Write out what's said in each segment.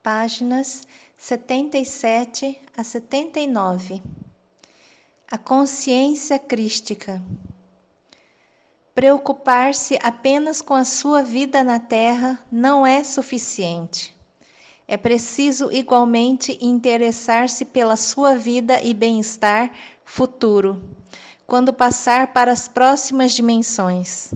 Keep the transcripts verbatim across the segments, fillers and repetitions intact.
Páginas setenta e sete a setenta e nove. A consciência crística. Preocupar-se apenas com a sua vida na Terra não é suficiente. É preciso igualmente interessar-se pela sua vida e bem-estar futuro, quando passar para as próximas dimensões.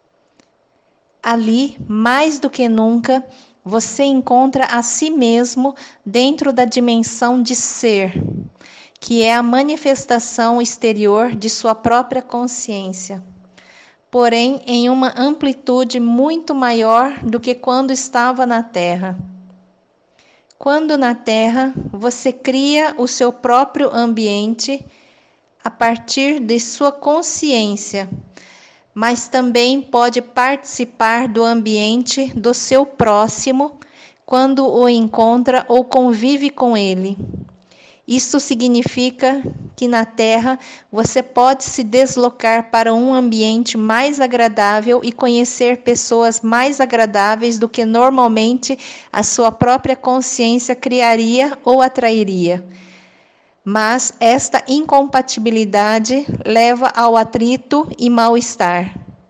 Ali, mais do que nunca, você encontra a si mesmo dentro da dimensão de ser, que é a manifestação exterior de sua própria consciência, porém em uma amplitude muito maior do que quando estava na Terra. Quando na Terra, você cria o seu próprio ambiente a partir de sua consciência, mas também pode participar do ambiente do seu próximo quando o encontra ou convive com ele. Isso significa que na Terra você pode se deslocar para um ambiente mais agradável e conhecer pessoas mais agradáveis do que normalmente a sua própria consciência criaria ou atrairia. Mas esta incompatibilidade leva ao atrito e mal-estar.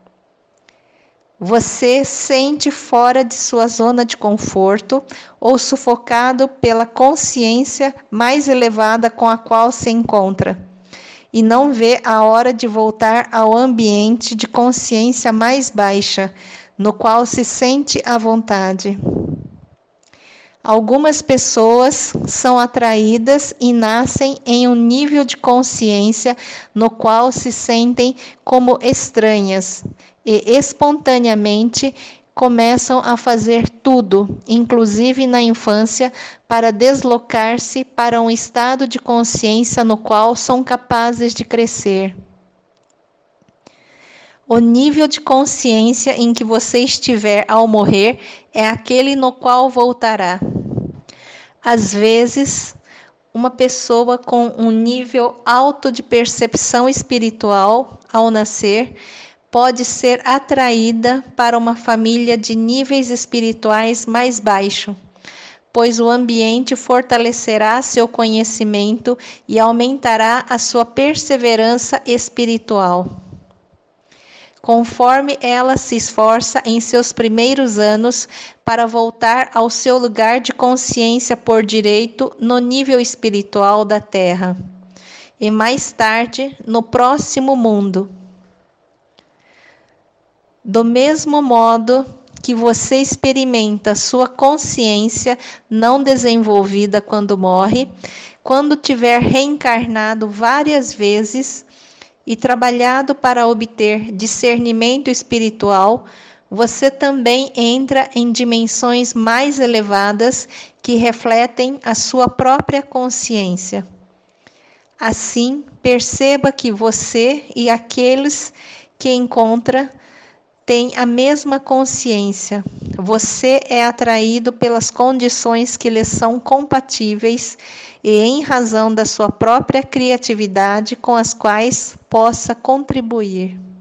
Você sente fora de sua zona de conforto ou sufocado pela consciência mais elevada com a qual se encontra, e não vê a hora de voltar ao ambiente de consciência mais baixa, no qual se sente à vontade. Algumas pessoas são atraídas e nascem em um nível de consciência no qual se sentem como estranhas e espontaneamente começam a fazer tudo, inclusive na infância, para deslocar-se para um estado de consciência no qual são capazes de crescer. O nível de consciência em que você estiver ao morrer é aquele no qual voltará. Às vezes, uma pessoa com um nível alto de percepção espiritual, ao nascer, pode ser atraída para uma família de níveis espirituais mais baixos, pois o ambiente fortalecerá seu conhecimento e aumentará a sua perseverança espiritual. Conforme ela se esforça em seus primeiros anos para voltar ao seu lugar de consciência por direito no nível espiritual da Terra, e mais tarde no próximo mundo. Do mesmo modo que você experimenta sua consciência não desenvolvida quando morre, quando tiver reencarnado várias vezes e trabalhado para obter discernimento espiritual, você também entra em dimensões mais elevadas que refletem a sua própria consciência. Assim, perceba que você e aqueles que encontra têm a mesma consciência. Você é atraído pelas condições que lhes são compatíveis e em razão da sua própria criatividade com as quais possa contribuir.